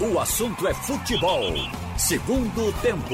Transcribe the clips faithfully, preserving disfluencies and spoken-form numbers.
O assunto é futebol. Segundo tempo.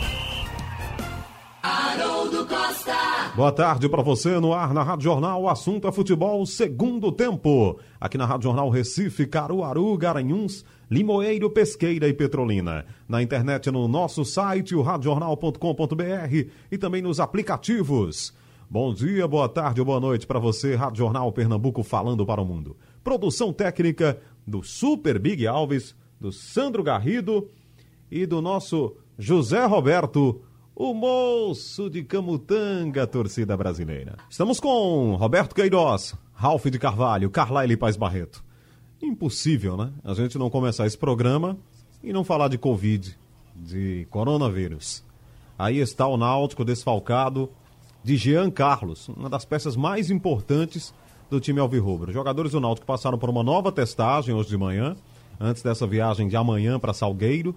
Haroldo Costa. Boa tarde para você no ar na Rádio Jornal. O assunto é futebol. Segundo tempo. Aqui na Rádio Jornal Recife, Caruaru, Garanhuns, Limoeiro, Pesqueira e Petrolina. Na internet no nosso site, o rádio jornal ponto com ponto b r, e também nos aplicativos. Bom dia, boa tarde ou boa noite para você. Rádio Jornal Pernambuco falando para o mundo. Produção técnica do Super Big Alves, do Sandro Garrido e do nosso José Roberto, o moço de Camutanga, torcida brasileira. Estamos com Roberto Queiroz, Ralf de Carvalho, Carlaile Paz Barreto. Impossível, né? A gente não começar esse programa e não falar de Covid, de coronavírus. Aí está o Náutico desfalcado de Jean Carlos, uma das peças mais importantes do time alvirrubro. Os jogadores do Náutico passaram por uma nova testagem hoje de manhã, antes dessa viagem de amanhã para Salgueiro.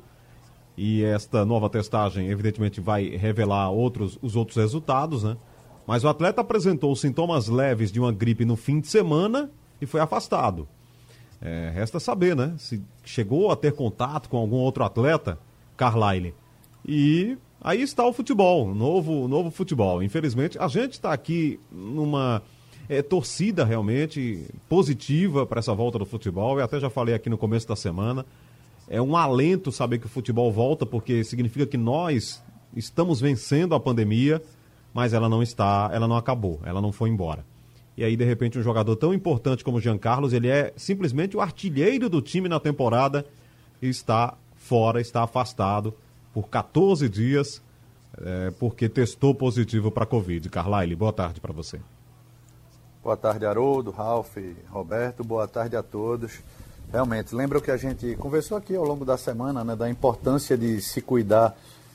E esta nova testagem, evidentemente, vai revelar outros, os outros resultados, né? Mas o atleta apresentou sintomas leves de uma gripe no fim de semana e foi afastado. É, resta saber, né? Se chegou a ter contato com algum outro atleta, Carlaile. E aí está o futebol, novo, novo futebol. Infelizmente, a gente está aqui numa é, torcida realmente positiva para essa volta do futebol. Eu até já falei aqui no começo da semana. É um alento saber que o futebol volta, porque significa que nós estamos vencendo a pandemia, mas ela não está, ela não acabou, ela não foi embora. E aí, de repente, um jogador tão importante como o Jean Carlos, ele é simplesmente o artilheiro do time na temporada e está fora, está afastado por quatorze dias, é, porque testou positivo para a Covid. Carlaile, boa tarde para você. Boa tarde, Haroldo, Ralf, Roberto, boa tarde a todos. Realmente, lembra o que a gente conversou aqui ao longo da semana, né, da importância de se cuidar,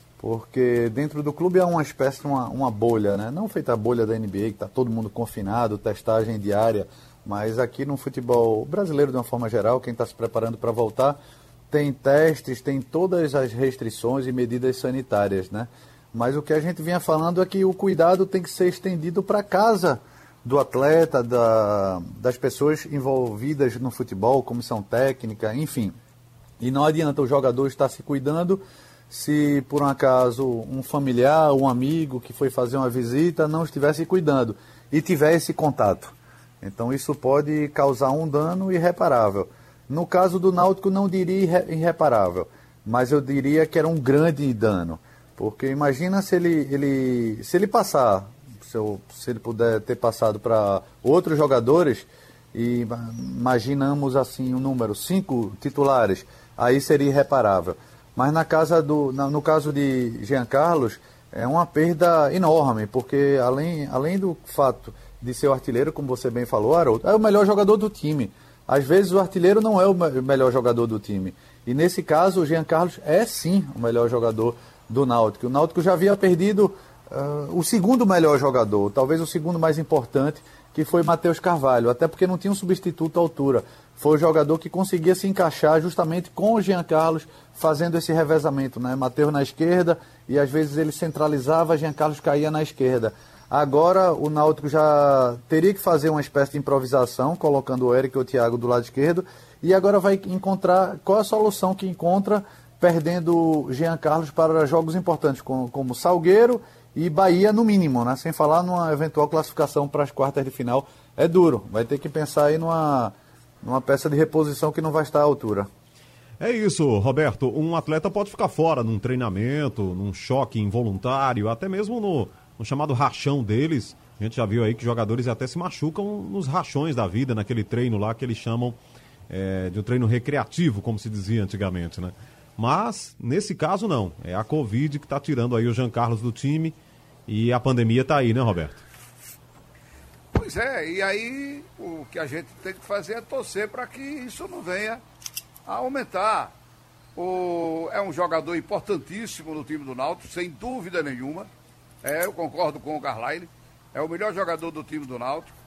porque dentro do clube há uma espécie de uma, uma bolha, né? Não feita a bolha da N B A, que está todo mundo confinado, testagem diária, mas aqui no futebol brasileiro, de uma forma geral, quem está se preparando para voltar, tem testes, tem todas as restrições e medidas sanitárias, né? Mas o que a gente vinha falando é que o cuidado tem que ser estendido para casa do atleta, da, das pessoas envolvidas no futebol, comissão técnica, enfim. E não adianta o jogador estar se cuidando se, por um acaso, um familiar, um amigo que foi fazer uma visita não estiver se cuidando e tiver esse contato. Então isso pode causar um dano irreparável. No caso do Náutico, não diria irreparável, mas eu diria que era um grande dano. Porque imagina se ele, ele, se ele passar... Se, eu, se ele puder ter passado para outros jogadores, e imaginamos assim um número, cinco titulares, aí seria irreparável. Mas na casa do, na, no caso de Jean Carlos, é uma perda enorme, porque além, além do fato de ser o artilheiro, como você bem falou, Haroldo, é o melhor jogador do time. Às vezes o artilheiro não é o me- melhor jogador do time. E nesse caso o Jean Carlos é sim o melhor jogador do Náutico. O Náutico já havia perdido Uh, o segundo melhor jogador, talvez o segundo mais importante, que foi Matheus Carvalho, até porque não tinha um substituto à altura. Foi o jogador que conseguia se encaixar justamente com o Jean Carlos, fazendo esse revezamento, né? Matheus na esquerda e às vezes ele centralizava, Jean Carlos caía na esquerda. Agora o Náutico já teria que fazer uma espécie de improvisação, colocando o Eric e o Thiago do lado esquerdo, e agora vai encontrar qual a solução que encontra perdendo Jean Carlos para jogos importantes como, como Salgueiro e Bahia no mínimo, né? Sem falar numa eventual classificação para as quartas de final. É duro, vai ter que pensar aí numa, numa peça de reposição que não vai estar à altura. É isso, Roberto. Um atleta pode ficar fora num treinamento, num choque involuntário, até mesmo no, no chamado rachão deles. A gente já viu aí que jogadores até se machucam nos rachões da vida, naquele treino lá que eles chamam é, de um treino recreativo, como se dizia antigamente, né? Mas, nesse caso, não. É a Covid que está tirando aí o Jean Carlos do time. E a pandemia está aí, né, Roberto? Pois é, e aí o que a gente tem que fazer é torcer para que isso não venha a aumentar. O, é um jogador importantíssimo no time do Náutico, sem dúvida nenhuma. É, eu concordo com o Carlaile. É o melhor jogador do time do Náutico.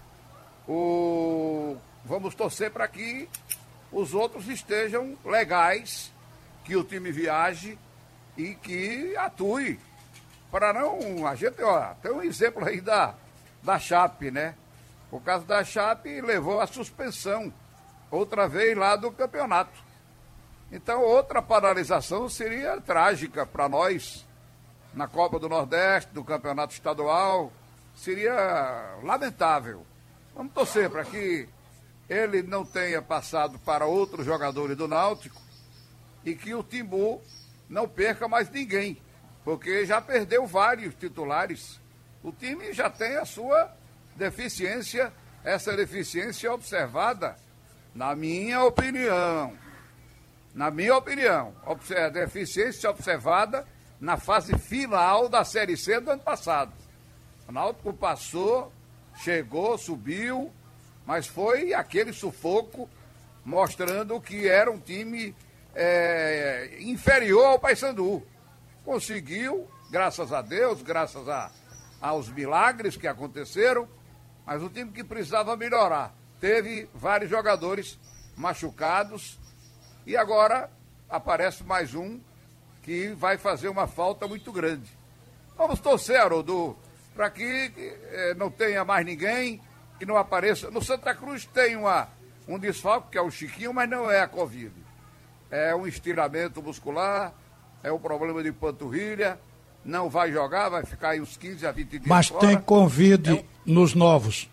O, vamos torcer para que os outros estejam legais, que o time viaje e que atue. Para não, a gente, ó, tem um exemplo aí da, da Chape, né? O caso da Chape levou à suspensão, outra vez lá do campeonato. Então, outra paralisação seria trágica para nós, na Copa do Nordeste, do Campeonato Estadual, seria lamentável. Vamos torcer para que ele não tenha passado para outros jogadores do Náutico e que o Timbu não perca mais ninguém, porque já perdeu vários titulares. O time já tem a sua deficiência, essa deficiência observada, na minha opinião. Na minha opinião, a deficiência observada na fase final da Série C do ano passado. O Náutico passou, chegou, subiu, mas foi aquele sufoco mostrando que era um time é, inferior ao Paysandu. Conseguiu, graças a Deus, graças a, aos milagres que aconteceram, mas o time que precisava melhorar. Teve vários jogadores machucados e agora aparece mais um que vai fazer uma falta muito grande. Vamos torcer, Haroldo, para que eh, não tenha mais ninguém, que não apareça. No Santa Cruz tem uma, um desfalque, que é o Chiquinho, mas não é a Covid. É um estiramento muscular, é um problema de panturrilha, não vai jogar, vai ficar aí uns quinze a vinte dias mas fora. Mas tem Covid é um... nos novos.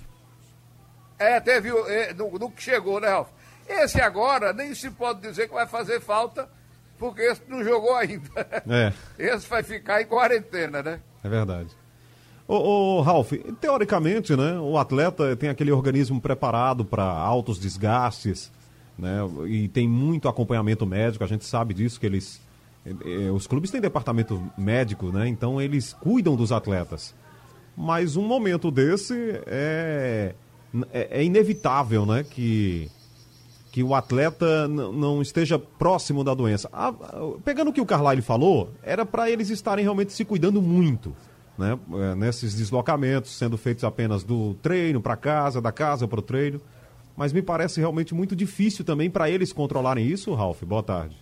É, teve é, no, no que chegou, né, Ralf? Esse agora nem se pode dizer que vai fazer falta, porque esse não jogou ainda. É. Esse vai ficar em quarentena, né? É verdade. Ô, ô Ralf, teoricamente, né, o atleta tem aquele organismo preparado para altos desgastes, né, e tem muito acompanhamento médico, a gente sabe disso, que eles, eh, os clubes têm departamento médico, né, então eles cuidam dos atletas. Mas um momento desse é, é, é inevitável, né, que, que o atleta n- não esteja próximo da doença. Ah, pegando o que o Carlyle falou, era para eles estarem realmente se cuidando muito, né, nesses deslocamentos, sendo feitos apenas do treino para casa, da casa para o treino. Mas me parece realmente muito difícil também para eles controlarem isso, Ralf. Boa tarde.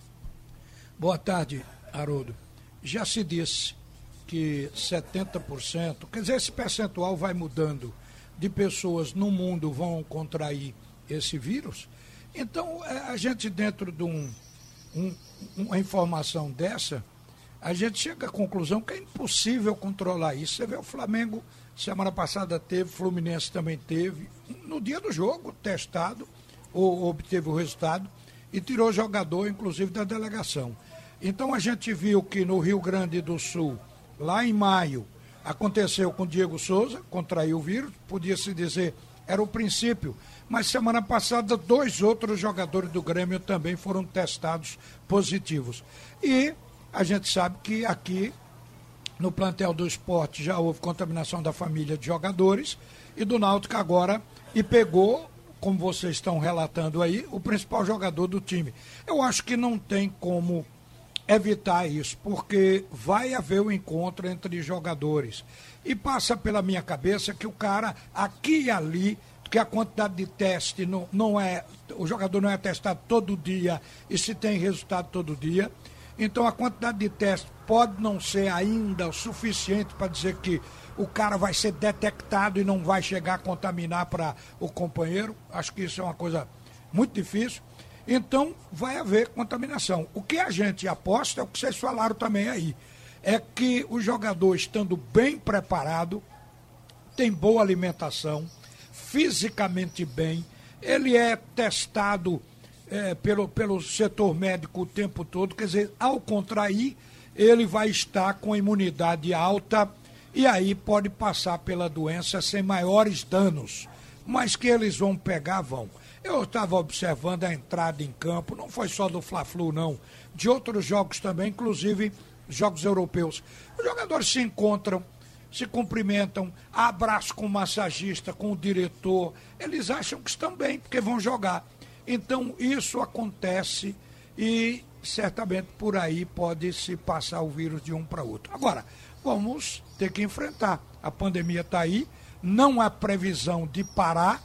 Boa tarde, Haroldo. Já se disse que setenta por cento, quer dizer, esse percentual vai mudando, de pessoas no mundo vão contrair esse vírus. Então, a gente dentro de um, um, uma informação dessa, a gente chega à conclusão que é impossível controlar isso. Você vê o Flamengo, semana passada teve, Fluminense também teve, no dia do jogo, testado, ou obteve o resultado, e tirou jogador, inclusive, da delegação. Então a gente viu que no Rio Grande do Sul, lá em maio, aconteceu com o Diego Souza, contraiu o vírus, podia-se dizer, era o princípio, mas semana passada dois outros jogadores do Grêmio também foram testados positivos. E a gente sabe que aqui no plantel do Sport já houve contaminação da família de jogadores e do Náutico agora, e pegou, como vocês estão relatando aí, o principal jogador do time. Eu acho que não tem como evitar isso, porque vai haver o um encontro entre jogadores. E passa pela minha cabeça que o cara, aqui e ali, que a quantidade de teste não, não é, o jogador não é testado todo dia e se tem resultado todo dia. Então a quantidade de testes pode não ser ainda o suficiente para dizer que o cara vai ser detectado e não vai chegar a contaminar para o companheiro. Acho que isso é uma coisa muito difícil. Então vai haver contaminação. O que a gente aposta é o que vocês falaram também aí. É que o jogador, estando bem preparado, tem boa alimentação, fisicamente bem, ele é testado É, pelo, pelo setor médico o tempo todo, quer dizer, ao contrair, ele vai estar com a imunidade alta e aí pode passar pela doença sem maiores danos, mas que eles vão pegar, vão. Eu estava observando a entrada em campo, não foi só do Fla-Flu não, de outros jogos também, inclusive jogos europeus. Os jogadores se encontram, se cumprimentam, abraço com o massagista, com o diretor, eles acham que estão bem, porque vão jogar. Então, isso acontece e certamente por aí pode se passar o vírus de um para outro. Agora, vamos ter que enfrentar. A pandemia está aí, não há previsão de parar,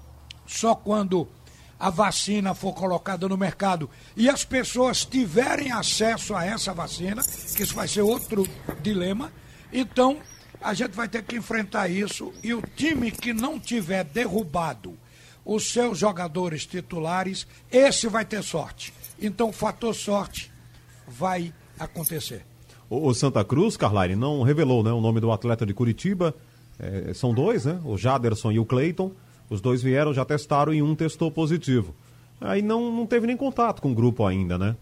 só quando a vacina for colocada no mercado e as pessoas tiverem acesso a essa vacina, que isso vai ser outro dilema. Então, a gente vai ter que enfrentar isso e o time que não tiver derrubado os seus jogadores titulares, esse vai ter sorte. Então, o fator sorte vai acontecer. O, o Santa Cruz, Carlyle, não revelou, né, o nome do atleta de Curitiba. É, são dois, né? O Jaderson e o Cleiton. Os dois vieram, já testaram e um testou positivo. Aí não, não teve nem contato com o grupo ainda, né?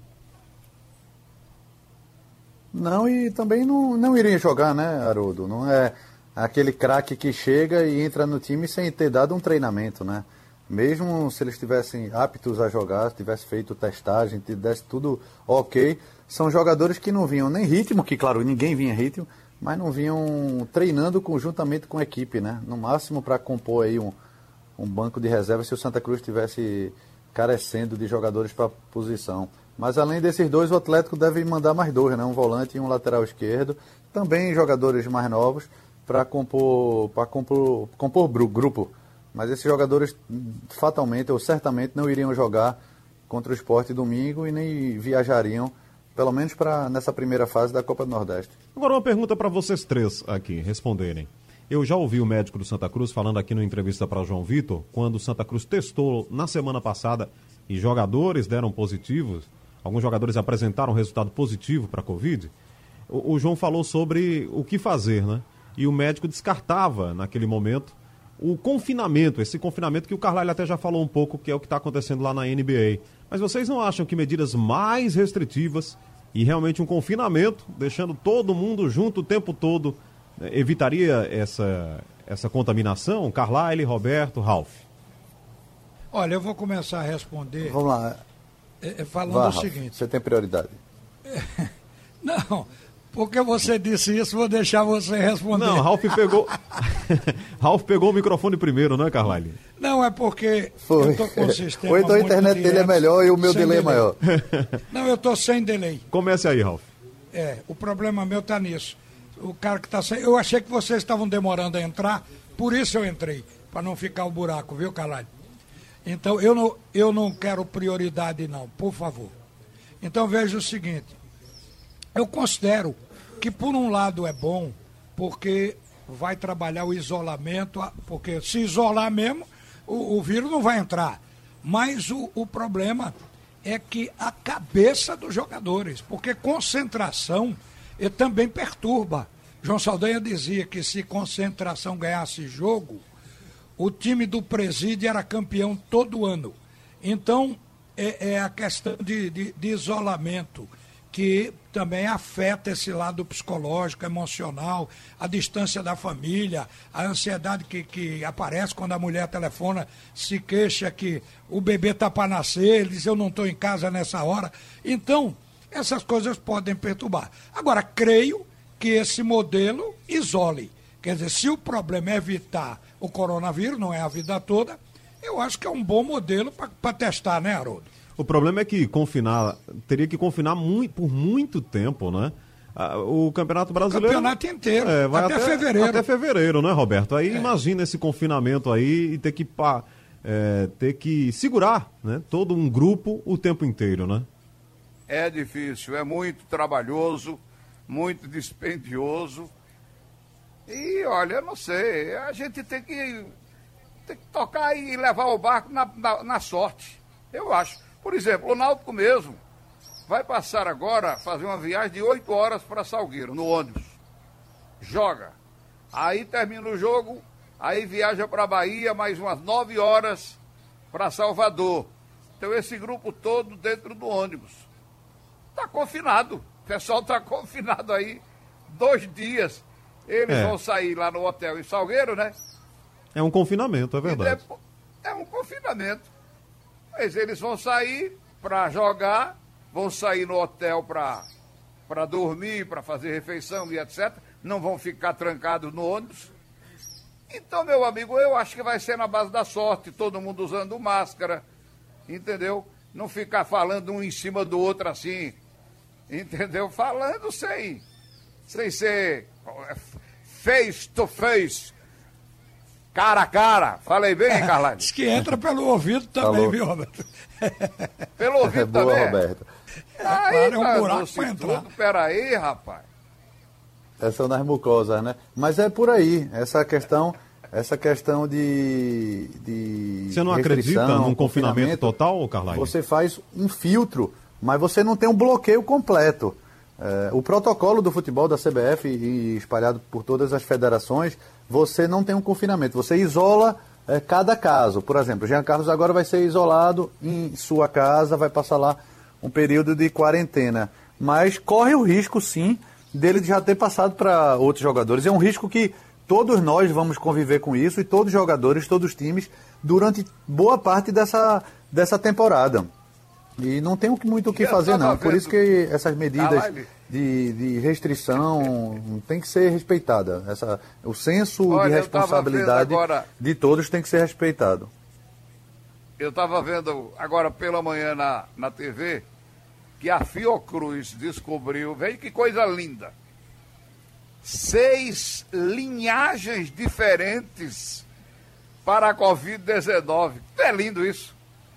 Não, e também não, não iriam jogar, né, Haroldo? Não é aquele craque que chega e entra no time sem ter dado um treinamento, né? Mesmo se eles estivessem aptos a jogar, tivesse feito testagem, tivesse tudo ok, são jogadores que não vinham nem ritmo, que claro, ninguém vinha ritmo, mas não vinham treinando conjuntamente com a equipe, né? No máximo para compor aí um, um banco de reserva se o Santa Cruz estivesse carecendo de jogadores para posição. Mas além desses dois, o Atlético deve mandar mais dois, né? Um volante e um lateral esquerdo. Também jogadores mais novos para compor, para compor, compor grupo. Mas esses jogadores fatalmente ou certamente não iriam jogar contra o Sport domingo e nem viajariam, pelo menos pra, nessa primeira fase da Copa do Nordeste. Agora uma pergunta para vocês três aqui responderem. Eu já ouvi o médico do Santa Cruz falando aqui na entrevista para João Vitor, quando o Santa Cruz testou na semana passada e jogadores deram positivos, alguns jogadores apresentaram resultado positivo para a Covid, o, o João falou sobre o que fazer, né? E o médico descartava, naquele momento, o confinamento, esse confinamento que o Carlyle até já falou um pouco, que é o que está acontecendo lá na N B A. Mas vocês não acham que medidas mais restritivas e realmente um confinamento, deixando todo mundo junto o tempo todo, evitaria essa, essa contaminação? Carlyle, Roberto, Ralf. Olha, eu vou começar a responder. Vamos lá. É, falando Vá, o Ralf, seguinte. você tem prioridade. É, não, porque você disse isso, vou deixar você responder. Não, Ralf pegou. Ralf pegou o microfone primeiro, não é, Carlyle? Não, é porque Foi. eu estou com o sistema. Ou então a internet muito dele é direto, melhor e o meu sem delay é maior. Não, eu estou sem delay. Comece aí, Ralf. É, o problema meu está nisso. O cara que está sem. Eu achei que vocês estavam demorando a entrar, por isso eu entrei, para não ficar o buraco, viu, Carlyle? Então, eu não, eu não quero prioridade, não, por favor. Então, veja o seguinte. Eu considero que, por um lado, é bom, porque vai trabalhar o isolamento, porque se isolar mesmo, o, o vírus não vai entrar. Mas o, o problema é que a cabeça dos jogadores, porque concentração ele também perturba. João Saldanha dizia que se concentração ganhasse jogo, o time do Presídio era campeão todo ano. Então, é, é a questão de, de, de isolamento, que também afeta esse lado psicológico, emocional, a distância da família, a ansiedade que, que aparece quando a mulher telefona, se queixa que o bebê está para nascer, ele diz, eu não estou em casa nessa hora. Então, essas coisas podem perturbar. Agora, creio que esse modelo isole. Quer dizer, se o problema é evitar o coronavírus, não é a vida toda, eu acho que é um bom modelo para testar, né, Haroldo? O problema é que confinar, teria que confinar muito, por muito tempo, né? O Campeonato Brasileiro... O campeonato inteiro, é, vai até, até fevereiro. Até fevereiro, né, Roberto? Aí é. Imagina esse confinamento aí e ter que, é, ter que segurar, né, todo um grupo o tempo inteiro, né? É difícil, é muito trabalhoso, muito dispendioso. E, olha, eu não sei, a gente tem que, tem que tocar e levar o barco na, na, na sorte, eu acho. Por exemplo, o Náutico mesmo vai passar agora, fazer uma viagem de oito horas para Salgueiro, no ônibus. Joga. Aí termina o jogo, aí viaja para a Bahia, mais umas nove horas para Salvador. Então esse grupo todo dentro do ônibus. Está confinado. O pessoal está confinado aí dois dias. Eles é. vão sair lá no hotel em Salgueiro, né? É um confinamento, é verdade. Depois, é um confinamento. Mas eles vão sair para jogar, vão sair no hotel para dormir, para fazer refeição e etcétera. Não vão ficar trancados no ônibus. Então, meu amigo, eu acho que vai ser na base da sorte, todo mundo usando máscara, entendeu? Não ficar falando um em cima do outro assim, entendeu? Falando sem, sem ser face to face, cara a cara. Falei bem, hein, Carlyle? Diz que entra pelo ouvido também, Falou. Viu, Roberto? Pelo ouvido é boa, também? Roberto. É, claro, é um buraco para entrar. Peraí, rapaz. Essas são nas mucosas, né? Mas é por aí, essa questão, essa questão de, de Você não acredita num confinamento, confinamento total, Carlyle? Você faz um filtro mas você não tem um bloqueio completo. É, o protocolo do futebol da C B F e espalhado por todas as federações, você não tem um confinamento, você isola é, cada caso. Por exemplo, Jean Carlos agora vai ser isolado em sua casa, vai passar lá um período de quarentena, mas corre o risco sim dele já ter passado para outros jogadores. É um risco que todos nós vamos conviver com isso, e todos os jogadores, todos os times, durante boa parte dessa, dessa temporada. E não tem muito o que fazer, não. Por isso que essas medidas de, de restrição tem que ser respeitada. Essa, o senso Olha, de responsabilidade agora, de todos tem que ser respeitado. Eu estava vendo agora pela manhã na, na T V que a Fiocruz descobriu, veja que coisa linda, seis linhagens diferentes para a covid dezenove. É lindo isso.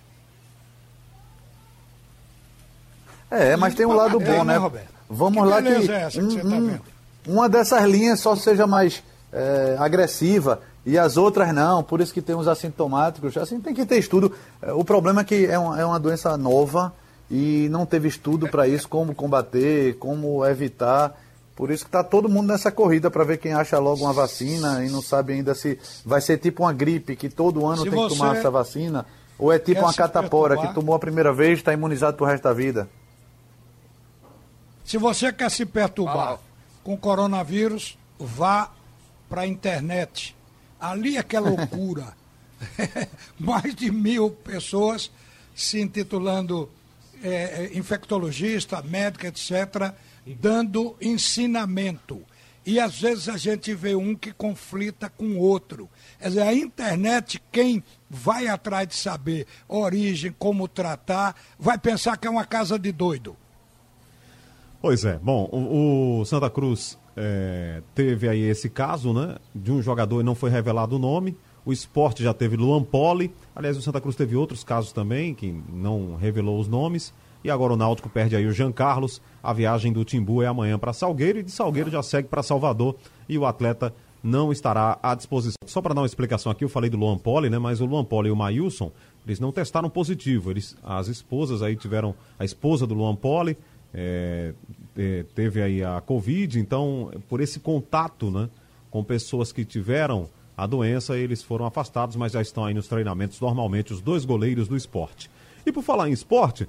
É, mas tem um lado bom, é, né, Roberto? Vamos que lá que, é essa que um, você tá vendo? Uma dessas linhas só seja mais é, agressiva e as outras não, por isso que tem os assintomáticos. Assim, tem que ter estudo. O problema é que é uma, é uma doença nova e não teve estudo para isso, como combater, como evitar. Por isso que está todo mundo nessa corrida para ver quem acha logo uma vacina e não sabe ainda se vai ser tipo uma gripe, que todo ano se tem que tomar essa vacina, ou é tipo uma catapora, que tomou a primeira vez e está imunizado pro resto da vida. Se você quer se perturbar ah. com coronavírus, vá para a internet. Ali é que é loucura. Mais de mil pessoas se intitulando é, infectologista, médica, etcétera, dando ensinamento. E às vezes a gente vê um que conflita com o outro. Quer dizer, a internet, quem vai atrás de saber origem, como tratar, vai pensar que é uma casa de doido. Pois é. Bom, o, o Santa Cruz é, teve aí esse caso, né, de um jogador e não foi revelado o nome. O Sport já teve Luan Poli. Aliás, o Santa Cruz teve outros casos também, que não revelou os nomes. E agora o Náutico perde aí o Jean Carlos. A viagem do Timbu é amanhã para Salgueiro, e de Salgueiro já segue para Salvador, e o atleta não estará à disposição. Só para dar uma explicação aqui, eu falei do Luan Poli, né, mas o Luan Poli e o Maílson, eles não testaram positivo. Eles, as esposas aí tiveram, a esposa do Luan Poli é, é, teve aí a Covid, então por esse contato, né, com pessoas que tiveram a doença, eles foram afastados, mas já estão aí nos treinamentos normalmente, os dois goleiros do Sport. E por falar em esporte,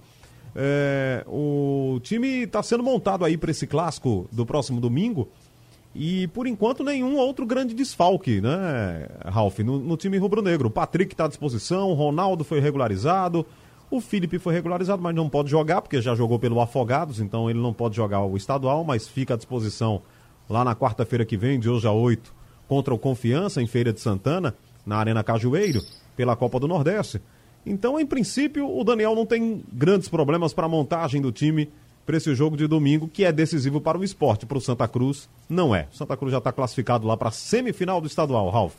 É, o time está sendo montado aí para esse clássico do próximo domingo, e por enquanto nenhum outro grande desfalque, né, Ralf, no, no time rubro-negro. O Patrick está à disposição, o Ronaldo foi regularizado, o Felipe foi regularizado, mas não pode jogar porque já jogou pelo Afogados, então ele não pode jogar o estadual, mas fica à disposição lá na quarta-feira que vem, de hoje a oito, contra o Confiança em Feira de Santana, na Arena Cajueiro, pela Copa do Nordeste. Então, em princípio, o Daniel não tem grandes problemas para a montagem do time para esse jogo de domingo, que é decisivo para o esporte. Para o Santa Cruz, não é. O Santa Cruz já está classificado lá para a semifinal do estadual, Ralf.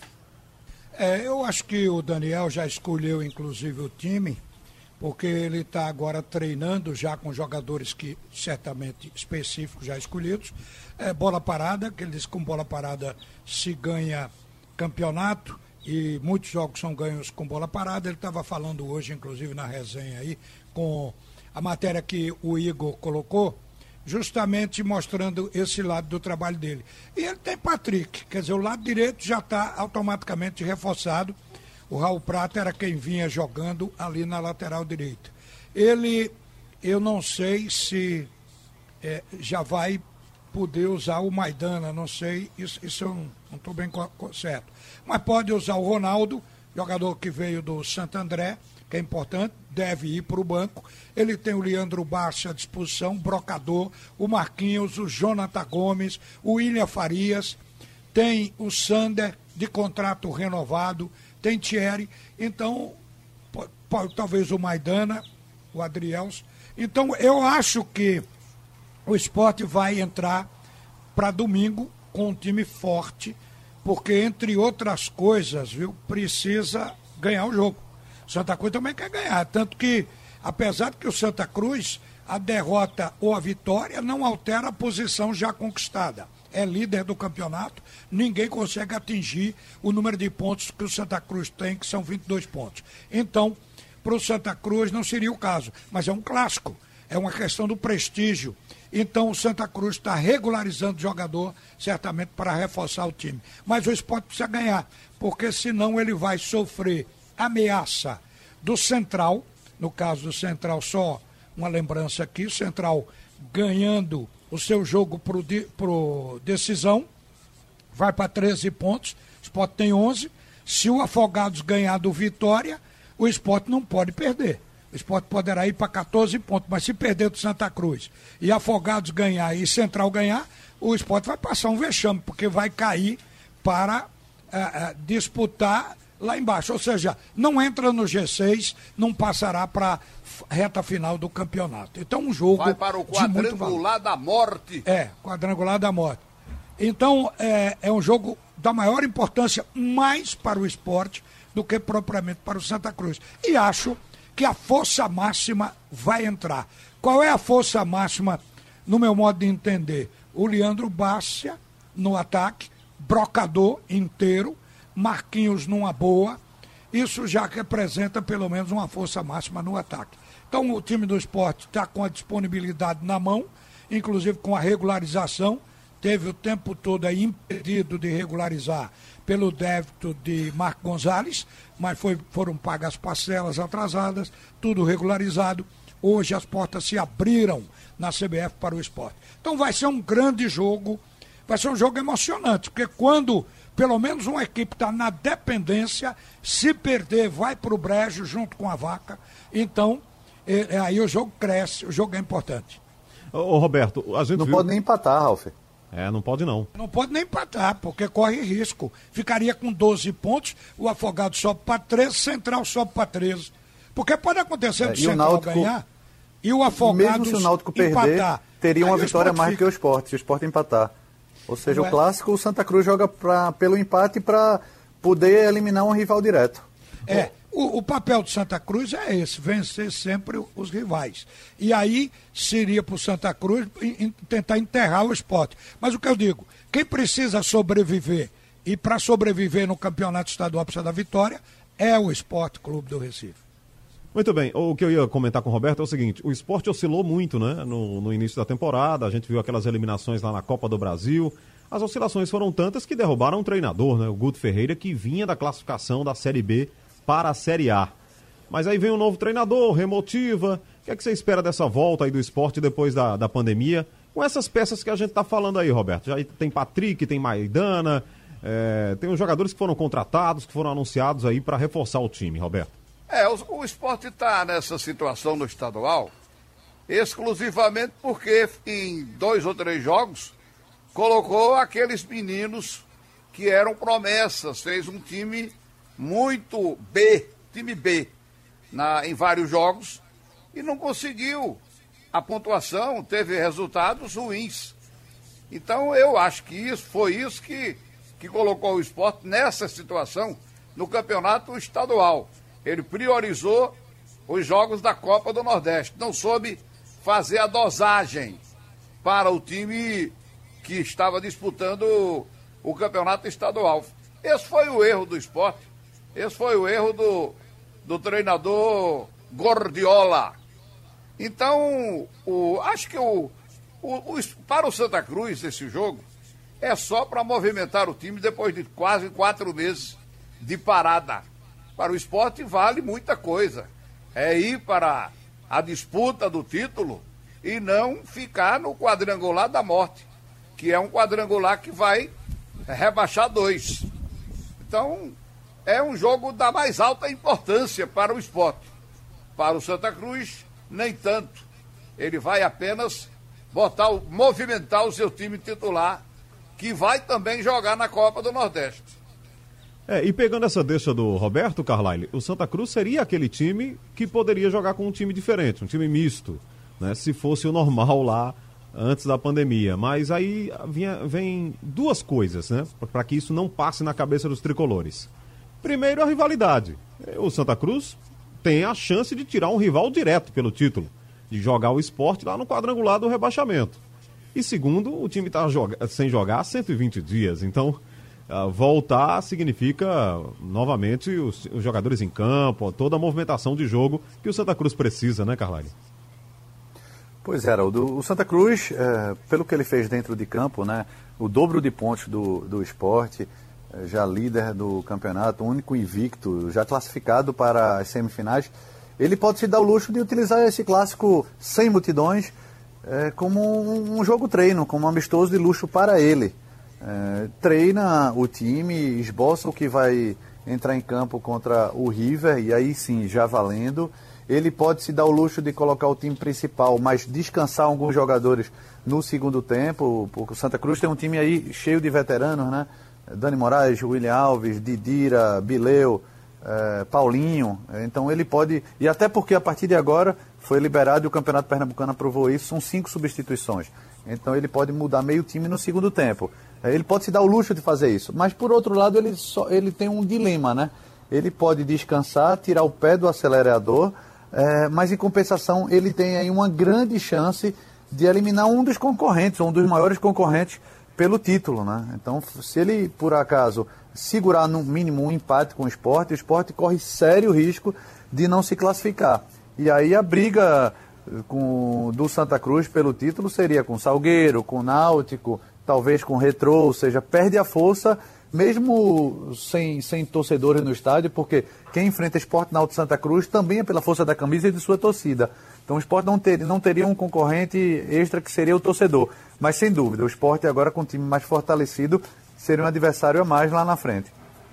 É, eu acho que o Daniel já escolheu, inclusive, o time, porque ele está agora treinando já com jogadores que certamente específicos já escolhidos. É, bola parada, que ele diz que com bola parada se ganha campeonato, e muitos jogos são ganhos com bola parada. Ele estava falando hoje, inclusive na resenha aí, com a matéria que o Igor colocou, justamente mostrando esse lado do trabalho dele. E ele tem Patrick, quer dizer, o lado direito já está automaticamente reforçado. O Raul Prata era quem vinha jogando ali na lateral direita. Ele, eu não sei se é, já vai poder usar o Maidana, não sei, isso, isso eu não estou bem certo. Mas pode usar o Ronaldo, jogador que veio do Santo André, que é importante, deve ir para o banco. Ele tem o Leandro Barça à disposição, Brocador, o Marquinhos, o Jonathan Gomes, o William Farias, tem o Sander, de contrato renovado, tem Thierry, então, pode, pode, talvez o Maidana, o Adriels. Então, eu acho que o Sport vai entrar para domingo com um time forte, porque, entre outras coisas, viu, precisa ganhar o jogo. Santa Cruz também quer ganhar, tanto que, apesar de que o Santa Cruz, a derrota ou a vitória não altera a posição já conquistada. É líder do campeonato, ninguém consegue atingir o número de pontos que o Santa Cruz tem, que são vinte e dois pontos. Então, para o Santa Cruz não seria o caso, mas é um clássico. é uma questão do prestígio. Então o Santa Cruz está regularizando o jogador, certamente para reforçar o time. Mas o Sport precisa ganhar, porque senão ele vai sofrer ameaça do Central, no caso do Central, só uma lembrança aqui, o Central ganhando o seu jogo por pro decisão, vai para treze pontos, o Sport tem onze, se o Afogados ganhar do Vitória, o Sport não pode perder. O Sport poderá ir para catorze pontos, mas se perder do Santa Cruz e Afogados ganhar e Central ganhar, o Sport vai passar um vexame, porque vai cair para uh, uh, disputar lá embaixo. Ou seja, não entra no G seis, não passará para a reta final do campeonato. Então, um jogo. Vai para o quadrangular da morte. É, quadrangular da morte. Então, é, é um jogo da maior importância, mais para o Sport do que propriamente para o Santa Cruz. E acho que a força máxima vai entrar. Qual é a força máxima, no meu modo de entender? O Leandro Bárcia no ataque, Brocador inteiro, Marquinhos numa boa. Isso já representa pelo menos uma força máxima no ataque. Então o time do Sport está com a disponibilidade na mão, inclusive com a regularização. Teve o tempo todo aí impedido de regularizar pelo débito de Marco Gonzalez, mas foi, foram pagas as parcelas atrasadas, tudo regularizado. Hoje as portas se abriram na C B F para o Sport. Então vai ser um grande jogo, vai ser um jogo emocionante, porque quando pelo menos uma equipe está na dependência, se perder vai para o brejo junto com a vaca, então é, é, aí o jogo cresce, o jogo é importante. Ô, ô Roberto, a gente não viu... pode nem empatar, Ralf. É, não pode não. Não pode nem empatar, porque corre risco. Ficaria com doze pontos, o Afogado sobe para treze, Central sobe para treze. Porque pode acontecer é, do Central Náutico, ganhar e o Afogado mesmo se o Náutico empatar, perder, teria uma vitória mais fica. que o Sport, se o Sport empatar. Ou seja, Não o é? clássico, o Santa Cruz joga pra, pelo empate para poder eliminar um rival direto. É, o, o papel do Santa Cruz é esse, vencer sempre os rivais. E aí seria para o Santa Cruz em, em tentar enterrar o Sport. Mas o que eu digo, quem precisa sobreviver, e para sobreviver no campeonato estadual precisa da vitória, é o Sport Clube do Recife. Muito bem, o que eu ia comentar com o Roberto é o seguinte, o Sport oscilou muito, né, no, no início da temporada, a gente viu aquelas eliminações lá na Copa do Brasil, as oscilações foram tantas que derrubaram um treinador, né, o Guto Ferreira, que vinha da classificação da Série B para a Série A. Mas aí vem um novo treinador, remotiva, o que é que você espera dessa volta aí do Sport depois da, da pandemia, com essas peças que a gente está falando aí, Roberto? Já tem Patrick, tem Maidana, é, tem os jogadores que foram contratados, que foram anunciados aí para reforçar o time, Roberto. É, o, o Sport está nessa situação no estadual exclusivamente porque em dois ou três jogos colocou aqueles meninos que eram promessas, fez um time muito B, time B, na, em vários jogos e não conseguiu a pontuação, teve resultados ruins. Então eu acho que isso foi isso que, que colocou o Sport nessa situação no campeonato estadual. Ele priorizou os jogos da Copa do Nordeste, não soube fazer a dosagem para o time que estava disputando o, o campeonato estadual. Esse foi o erro do Sport, esse foi o erro do, do treinador Gordiola. Então, o, acho que o, o, o, para o Santa Cruz esse jogo é só para movimentar o time depois de quase quatro meses de parada. Para o Sport vale muita coisa. É ir para a disputa do título e não ficar no quadrangular da morte, que é um quadrangular que vai rebaixar dois. Então, é um jogo da mais alta importância para o Sport. Para o Santa Cruz, nem tanto. Ele vai apenas botar, movimentar o seu time titular, que vai também jogar na Copa do Nordeste. É, e pegando essa deixa do Roberto Carlyle, o Santa Cruz seria aquele time que poderia jogar com um time diferente, um time misto, né, se fosse o normal lá antes da pandemia. Mas aí vinha, vem duas coisas, né, para que isso não passe na cabeça dos tricolores. Primeiro, a rivalidade. O Santa Cruz tem a chance de tirar um rival direto pelo título, de jogar o Sport lá no quadrangular do rebaixamento. E segundo, o time está joga- sem jogar há cento e vinte dias, então... Uh, voltar significa novamente os, os jogadores em campo, toda a movimentação de jogo que o Santa Cruz precisa, né, Carlyle? Pois é, Haroldo, o Santa Cruz, é, pelo que ele fez dentro de campo, né, o dobro de pontos do, do Sport, é, já líder do campeonato, o único invicto, já classificado para as semifinais, ele pode se dar o luxo de utilizar esse clássico sem multidões é, como um, um jogo treino, como um amistoso de luxo para ele. É, treina o time, esboça o que vai entrar em campo contra o River, e aí sim, já valendo. Ele pode se dar o luxo de colocar o time principal, mas descansar alguns jogadores no segundo tempo, porque o Santa Cruz tem um time aí cheio de veteranos, né? Dani Moraes, William Alves, Didira, Bileu, eh, Paulinho. Então ele pode, e até porque a partir de agora foi liberado e o Campeonato Pernambucano aprovou isso, são cinco substituições. Então ele pode mudar meio time no segundo tempo. Ele pode se dar o luxo de fazer isso, mas por outro lado ele, só, ele tem um dilema, né? Ele pode descansar, tirar o pé do acelerador, É, mas em compensação ele tem aí uma grande chance de eliminar um dos concorrentes, um dos maiores concorrentes pelo título, né? Então, se ele por acaso segurar no mínimo um empate com o Sport, o Sport corre sério risco de não se classificar. E aí a briga com, do Santa Cruz pelo título seria com Salgueiro, com Náutico, talvez com Retrô, ou seja, perde a força mesmo sem, sem torcedores no estádio, porque quem enfrenta Sport, Náutico e Santa Cruz também é pela força da camisa e de sua torcida. Então o Sport não, ter, não teria um concorrente extra que seria o torcedor. Mas sem dúvida, o Sport agora com o time mais fortalecido seria um adversário a mais lá na frente.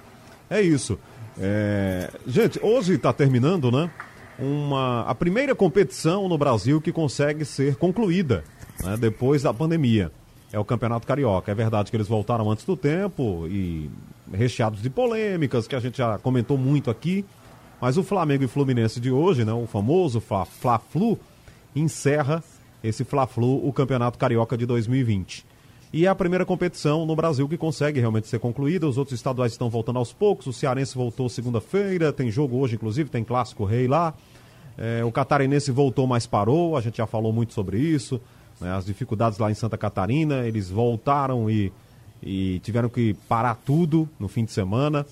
É isso. É... Gente, hoje está terminando, né? Uma... a primeira competição no Brasil que consegue ser concluída, né, depois da pandemia. É o Campeonato Carioca. É verdade que eles voltaram antes do tempo e recheados de polêmicas, que a gente já comentou muito aqui. Mas o Flamengo e Fluminense de hoje, né, o famoso Fla-Flu, encerra esse Fla-Flu, o Campeonato Carioca de dois mil e vinte. E é a primeira competição no Brasil que consegue realmente ser concluída. Os outros estaduais estão voltando aos poucos. O Cearense voltou segunda-feira, tem jogo hoje, inclusive, tem Clássico Rei lá. É, o Catarinense voltou, mas parou. A gente já falou muito sobre isso. As dificuldades lá em Santa Catarina, eles voltaram e, e tiveram que parar tudo no fim de semana.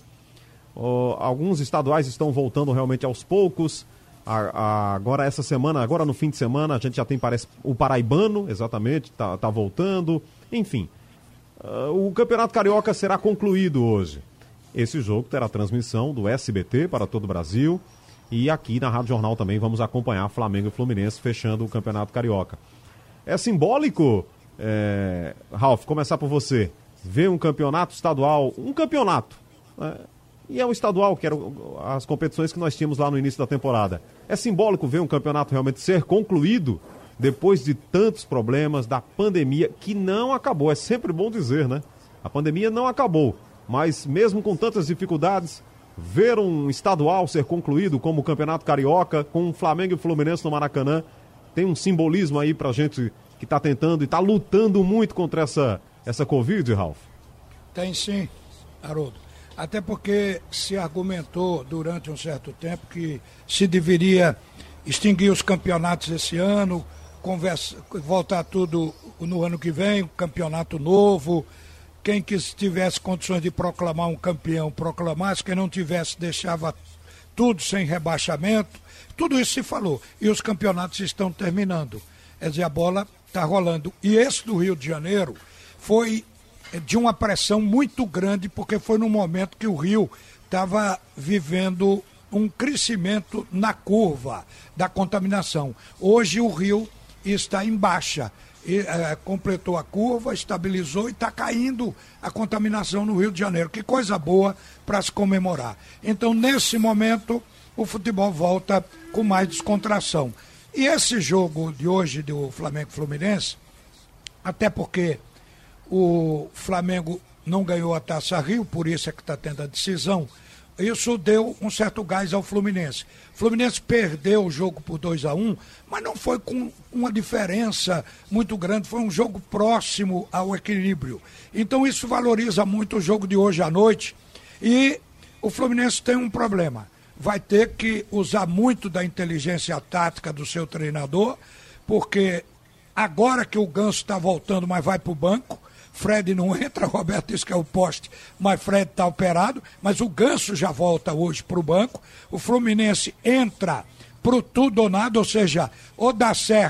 Oh, alguns estaduais estão voltando realmente aos poucos. A, a, agora essa semana, agora no fim de semana, a gente já tem, parece, o Paraibano, exatamente, tá, tá voltando. Enfim, uh, o Campeonato Carioca será concluído hoje. Esse jogo terá transmissão do S B T para todo o Brasil. E aqui na Rádio Jornal também vamos acompanhar Flamengo e Fluminense fechando o Campeonato Carioca. É simbólico, é... Ralf, começar por você, ver um campeonato estadual, um campeonato, né? E é um estadual, que eram as competições que nós tínhamos lá no início da temporada. É simbólico ver um campeonato realmente ser concluído depois de tantos problemas da pandemia, que não acabou, é sempre bom dizer, né? A pandemia não acabou, mas mesmo com tantas dificuldades, ver um estadual ser concluído como o Campeonato Carioca, com o Flamengo e o Fluminense no Maracanã, tem um simbolismo aí pra gente que tá tentando e tá lutando muito contra essa, essa Covid, Ralf? Tem sim, Haroldo. Até porque se argumentou durante um certo tempo que se deveria extinguir os campeonatos esse ano, conversa, voltar tudo no ano que vem, um campeonato novo. Quem que tivesse condições de proclamar um campeão, proclamasse. Quem não tivesse, deixava tudo sem rebaixamento. Tudo isso se falou. E os campeonatos estão terminando. Quer dizer, a bola está rolando. E esse do Rio de Janeiro foi de uma pressão muito grande, porque foi no momento que o Rio estava vivendo um crescimento na curva da contaminação. Hoje o Rio está em baixa. E, é, completou a curva, estabilizou e está caindo a contaminação no Rio de Janeiro. Que coisa boa para se comemorar. Então, nesse momento, o futebol volta com mais descontração. E esse jogo de hoje do Flamengo e Fluminense, até porque o Flamengo não ganhou a Taça Rio, por isso é que está tendo a decisão, isso deu um certo gás ao Fluminense. O Fluminense perdeu o jogo por dois a um, mas não foi com uma diferença muito grande, foi um jogo próximo ao equilíbrio. Então isso valoriza muito o jogo de hoje à noite. E o Fluminense tem um problema. Vai ter que usar muito da inteligência tática do seu treinador, porque agora que o Ganso está voltando, mas vai para o banco, Fred não entra, Roberto disse que é o poste, mas Fred está operado, mas o Ganso já volta hoje para o banco, o Fluminense entra para o tudo ou nada, ou seja, ou dá certo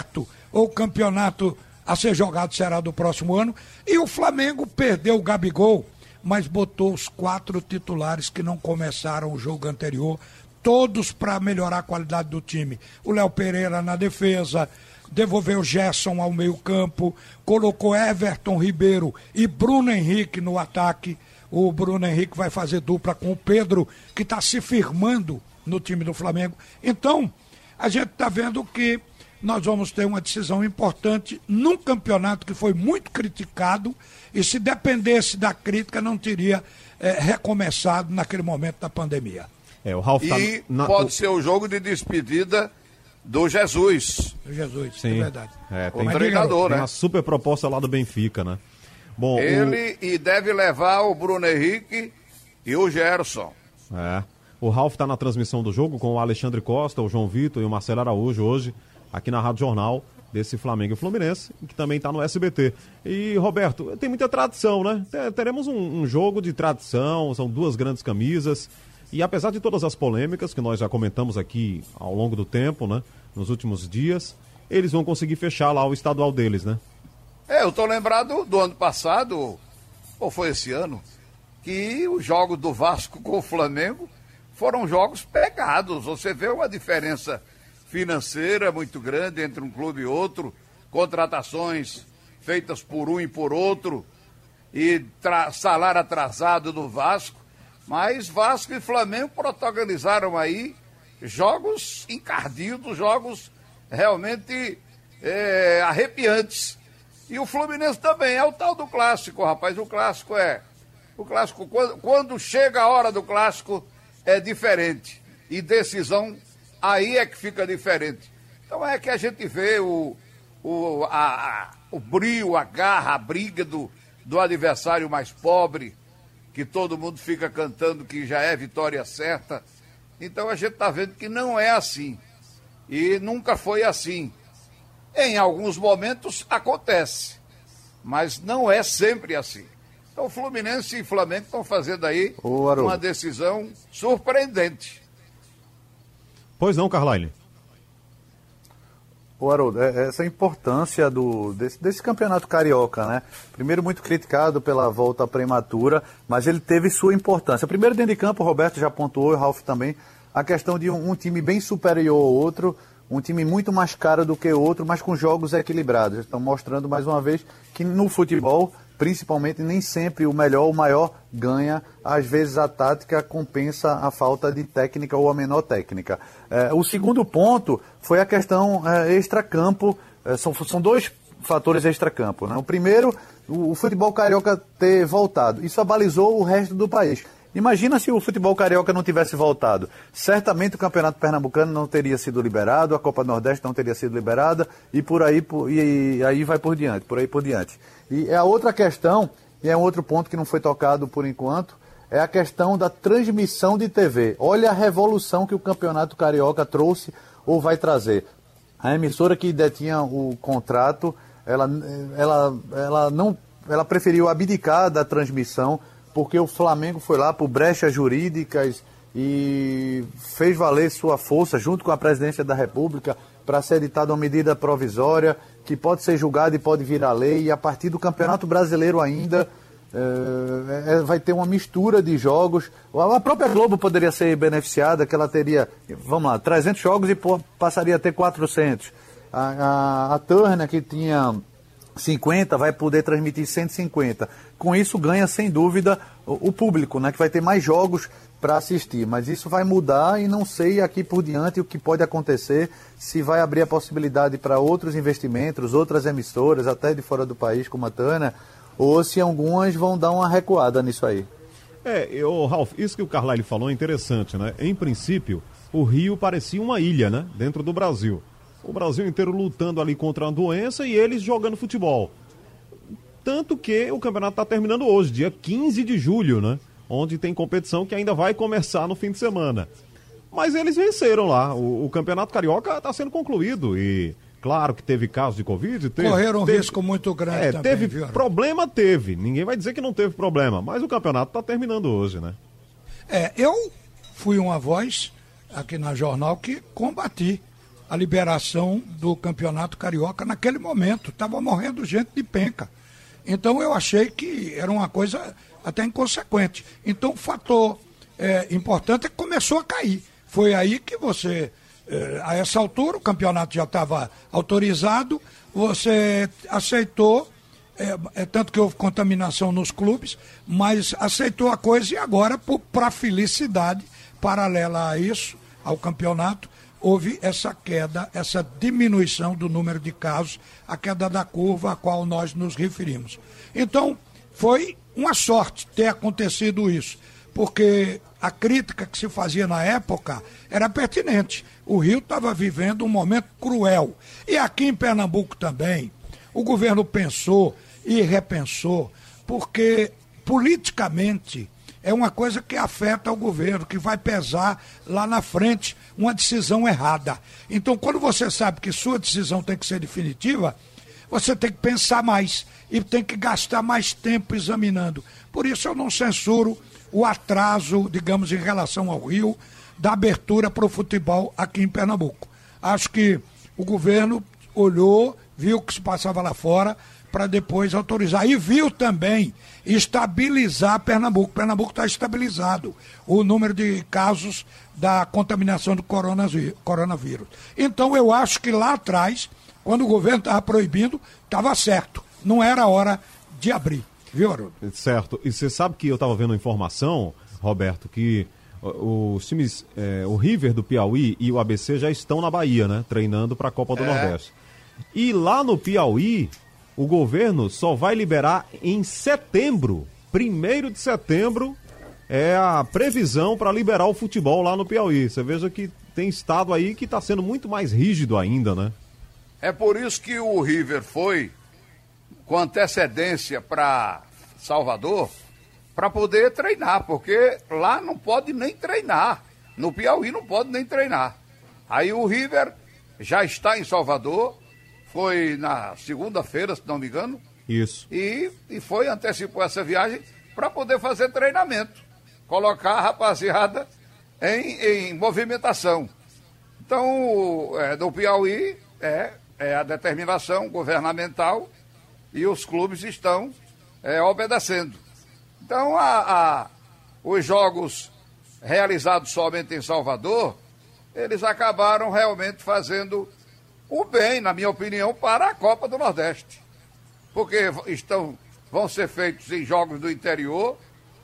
ou o campeonato a ser jogado será do próximo ano. E o Flamengo perdeu o Gabigol, mas botou os quatro titulares que não começaram o jogo anterior, todos para melhorar a qualidade do time. O Léo Pereira na defesa, devolveu o Gerson ao meio campo, colocou Everton Ribeiro e Bruno Henrique no ataque. O Bruno Henrique vai fazer dupla com o Pedro, que está se firmando no time do Flamengo. Então, a gente está vendo que nós vamos ter uma decisão importante num campeonato que foi muito criticado e, se dependesse da crítica, não teria é, recomeçado naquele momento da pandemia. É, o Ralf tá e na... pode ser o jogo de despedida do Jesus. Do Jesus, sim, é verdade. É, tem, o treinador, tem né? uma super proposta lá do Benfica, né? Bom, Ele o... e deve levar o Bruno Henrique e o Gerson. É. O Ralf está na transmissão do jogo com o Alexandre Costa, o João Vitor e o Marcelo Araújo hoje, aqui na Rádio Jornal, desse Flamengo e Fluminense, que também está no S B T. E, Roberto, tem muita tradição, né? Teremos um, um jogo de tradição, são duas grandes camisas. E apesar de todas as polêmicas que nós já comentamos aqui ao longo do tempo, né? Nos últimos dias, eles vão conseguir fechar lá o estadual deles, né? É, eu tô lembrado do ano passado, ou foi esse ano, que os jogos do Vasco com o Flamengo foram jogos pegados. Você vê uma diferença financeira muito grande entre um clube e outro, contratações feitas por um e por outro, e salário atrasado do Vasco, mas Vasco e Flamengo protagonizaram aí jogos encardidos, jogos realmente é, arrepiantes. E o Fluminense também é o tal do clássico, rapaz. O clássico é... O clássico, quando, quando chega a hora do clássico, é diferente. E decisão, aí é que fica diferente. Então é que a gente vê o, o, a, a, o brio, a garra, a briga do, do adversário mais pobre, que todo mundo fica cantando que já é vitória certa. Então a gente está vendo que não é assim. E nunca foi assim. Em alguns momentos acontece, mas não é sempre assim. Então Fluminense e Flamengo estão fazendo aí uma decisão surpreendente. Pois não, Carline? Ô Haroldo, essa importância do, desse, desse campeonato carioca, né? Primeiro muito criticado pela volta prematura, mas ele teve sua importância. Primeiro dentro de campo, o Roberto já pontuou, o Ralf também, a questão de um, um time bem superior ao outro, um time muito mais caro do que o outro, mas com jogos equilibrados. Estão mostrando mais uma vez que no futebol, principalmente, nem sempre o melhor, o maior ganha. Às vezes a tática compensa a falta de técnica ou a menor técnica. É, o segundo ponto foi a questão é, extracampo. É, são, são dois fatores extracampo, né? O primeiro, o, o futebol carioca ter voltado. Isso abalizou o resto do país. Imagina se o futebol carioca não tivesse voltado. Certamente o Campeonato Pernambucano não teria sido liberado, a Copa Nordeste não teria sido liberada, e por aí, por, e, e aí vai por diante, por aí por diante. E a outra questão, e é um outro ponto que não foi tocado por enquanto, é a questão da transmissão de T V. Olha a revolução que o Campeonato Carioca trouxe ou vai trazer. A emissora que detinha o contrato, ela, ela, ela, não, ela preferiu abdicar da transmissão, porque o Flamengo foi lá por brechas jurídicas e fez valer sua força junto com a presidência da República para ser editada uma medida provisória que pode ser julgada e pode virar lei, e a partir do Campeonato Brasileiro ainda é, é, vai ter uma mistura de jogos. A própria Globo poderia ser beneficiada, que ela teria, vamos lá, trezentos jogos e pô, passaria a ter quatrocentos. A, a, a Turner, que tinha cinquenta, vai poder transmitir cento e cinquenta. Com isso ganha sem dúvida o, o público, né, que vai ter mais jogos para assistir, mas isso vai mudar e não sei aqui por diante o que pode acontecer, se vai abrir a possibilidade para outros investimentos, outras emissoras, até de fora do país, como a Tânia, ou se algumas vão dar uma recuada nisso aí. É, eu, Ralf, isso que o Carlyle falou é interessante, né? Em princípio, o Rio parecia uma ilha, né, dentro do Brasil. O Brasil inteiro lutando ali contra a doença e eles jogando futebol. Tanto que o campeonato está terminando hoje, dia quinze de julho, né? Onde tem competição que ainda vai começar no fim de semana. Mas eles venceram lá. O, o Campeonato Carioca está sendo concluído e, claro que teve casos de Covid. Teve, Correram um teve, risco muito grande é, também, teve viu? Problema, teve. Ninguém vai dizer que não teve problema, mas o campeonato está terminando hoje, né? É, eu fui uma voz aqui na Jornal que combati a liberação do Campeonato Carioca naquele momento. Estava morrendo gente de penca. Então eu achei que era uma coisa até inconsequente. Então o fator é, importante é que começou a cair. Foi aí que você, é, a essa altura, o campeonato já estava autorizado, você aceitou, é, é, tanto que houve contaminação nos clubes, mas aceitou a coisa e agora, para felicidade, paralela a isso, ao campeonato, houve essa queda, essa diminuição do número de casos, a queda da curva a qual nós nos referimos. Então, foi uma sorte ter acontecido isso, porque a crítica que se fazia na época era pertinente. O Rio estava vivendo um momento cruel. E aqui em Pernambuco também, o governo pensou e repensou, porque politicamente é uma coisa que afeta o governo, que vai pesar lá na frente uma decisão errada. Então, quando você sabe que sua decisão tem que ser definitiva, você tem que pensar mais e tem que gastar mais tempo examinando. Por isso eu não censuro o atraso, digamos, em relação ao Rio, da abertura para o futebol aqui em Pernambuco. Acho que o governo olhou, viu o que se passava lá fora, para depois autorizar. E viu também estabilizar Pernambuco. Pernambuco está estabilizado. O número de casos da contaminação do coronavírus. Então eu acho que lá atrás, quando o governo estava proibindo, estava certo. Não era hora de abrir. Viu, Haroldo? Certo. E você sabe que eu estava vendo informação, Roberto, que os times, é, o River do Piauí e o A B C já estão na Bahia, né? Treinando para a Copa do é. Nordeste. E lá no Piauí, o governo só vai liberar em setembro. Primeiro de setembro é a previsão para liberar o futebol lá no Piauí. Você veja que tem estado aí que está sendo muito mais rígido ainda, né? É por isso que o River foi com antecedência para Salvador para poder treinar, porque lá não pode nem treinar. No Piauí não pode nem treinar. Aí o River já está em Salvador. Foi na segunda-feira, se não me engano. Isso. E, e foi, antecipou essa viagem para poder fazer treinamento. Colocar a rapaziada em, em movimentação. Então, é, do Piauí é, é a determinação governamental e os clubes estão é, obedecendo. Então, a, a, os jogos realizados somente em Salvador, eles acabaram realmente fazendo o bem, na minha opinião, para a Copa do Nordeste. Porque estão, vão ser feitos em jogos do interior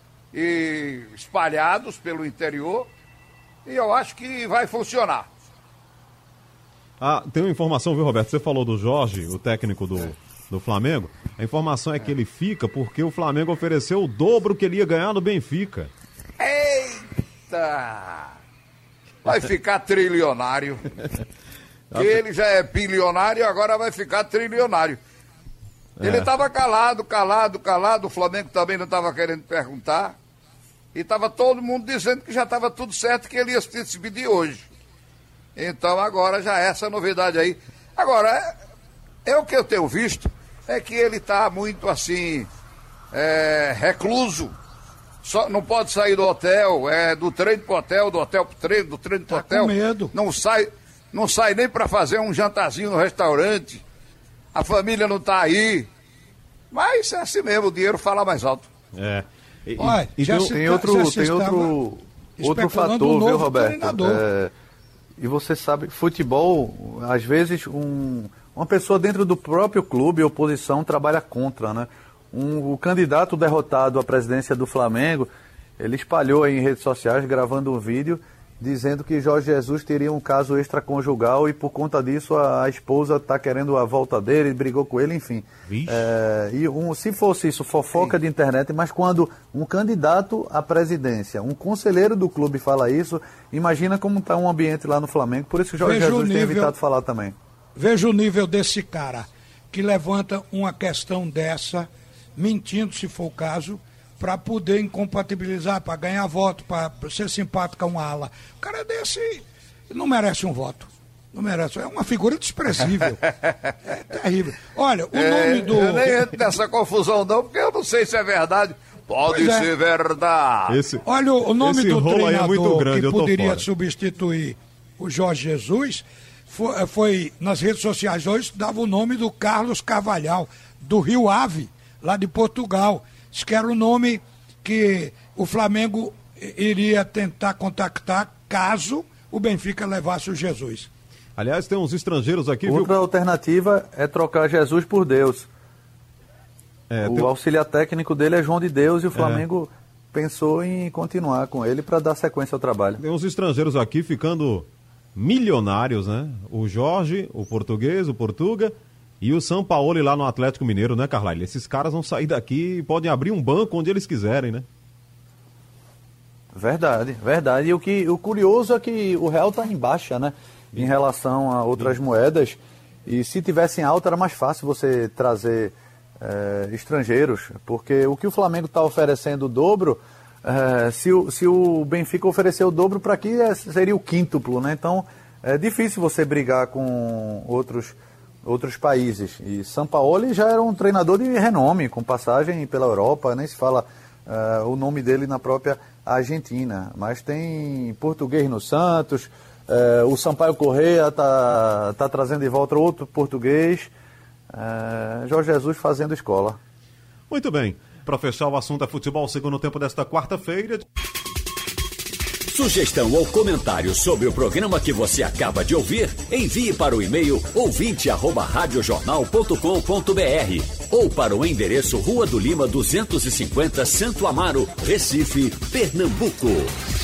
e espalhados pelo interior, e eu acho que vai funcionar. Ah, tem uma informação, viu, Roberto? Você falou do Jorge, o técnico do, do Flamengo. A informação é que ele fica porque o Flamengo ofereceu o dobro que ele ia ganhar no Benfica. Eita! Vai ficar trilionário. Ele já é bilionário e agora vai ficar trilionário. É. Ele estava calado, calado, calado. O Flamengo também não estava querendo perguntar. E estava todo mundo dizendo que já estava tudo certo, que ele ia se despedir hoje. Então agora já é essa novidade aí. Agora, é, é o que eu tenho visto, é que ele está muito assim, é, recluso. Só, não pode sair do hotel, é do treino pro hotel, do hotel pro treino, do treino pro tá hotel. Com medo. Não sai, não sai nem para fazer um jantarzinho no restaurante. A família não tá aí. Mas é assim mesmo, o dinheiro fala mais alto. É. E, Olha, e, já então, se, tem outro, já tem outro, outro fator, viu, Roberto? É, e você sabe, futebol, às vezes, um, uma pessoa dentro do próprio clube, oposição, trabalha contra, né? Um, o candidato derrotado à presidência do Flamengo, ele espalhou em redes sociais, gravando um vídeo, dizendo que Jorge Jesus teria um caso extraconjugal e por conta disso a, a esposa está querendo a volta dele, brigou com ele, enfim. É, e um, se fosse isso, fofoca Sim. de internet, mas quando um candidato à presidência, um conselheiro do clube fala isso, imagina como está um ambiente lá no Flamengo, por isso que Jorge Veja Jesus nível, tem evitado falar também. Veja o nível desse cara, que levanta uma questão dessa, mentindo se for o caso, para poder incompatibilizar, para ganhar voto, para ser simpático a uma ala. O cara desse não merece um voto. Não merece. É uma figura desprezível. É terrível. Olha, o é, nome do... Eu nem entro nessa confusão não, porque eu não sei se é verdade. Pode é. ser verdade. Esse, Olha, o nome do treinador é muito grande, que poderia fora. substituir o Jorge Jesus foi, foi nas redes sociais hoje, dava o nome do Carlos Carvalhal, do Rio Ave, lá de Portugal. Diz que era o nome que o Flamengo iria tentar contactar caso o Benfica levasse o Jesus. Aliás, tem uns estrangeiros aqui... Outra viu? alternativa é trocar Jesus por Deus. É, o tem... auxiliar técnico dele é João de Deus e o Flamengo é. pensou em continuar com ele para dar sequência ao trabalho. Tem uns estrangeiros aqui ficando milionários, né? O Jorge, o português, o Portuga e o Sampaoli lá no Atlético Mineiro, né, Carlyle? Esses caras vão sair daqui e podem abrir um banco onde eles quiserem, né? Verdade, verdade. E o, que, o curioso é que o real está em baixa, né? Em relação a outras moedas. E se tivesse em alta era mais fácil você trazer é, estrangeiros. Porque o que o Flamengo está oferecendo o dobro, é, se, o, se o Benfica oferecer o dobro para aqui, é, seria o quíntuplo, né? Então é difícil você brigar com outros, outros países. E Sampaoli já era um treinador de renome, com passagem pela Europa, nem se fala é, o nome dele na própria Argentina. Mas tem português no Santos... É, o Sampaio Corrêa está tá trazendo de volta outro português. É, Jorge Jesus fazendo escola. Muito bem. Para fechar o assunto é futebol, segundo tempo desta quarta-feira. Sugestão ou comentário sobre o programa que você acaba de ouvir, envie para o e-mail ouvinte arroba radiojornal ponto com ponto br ou para o endereço Rua do Lima duzentos e cinquenta, Santo Amaro, Recife, Pernambuco.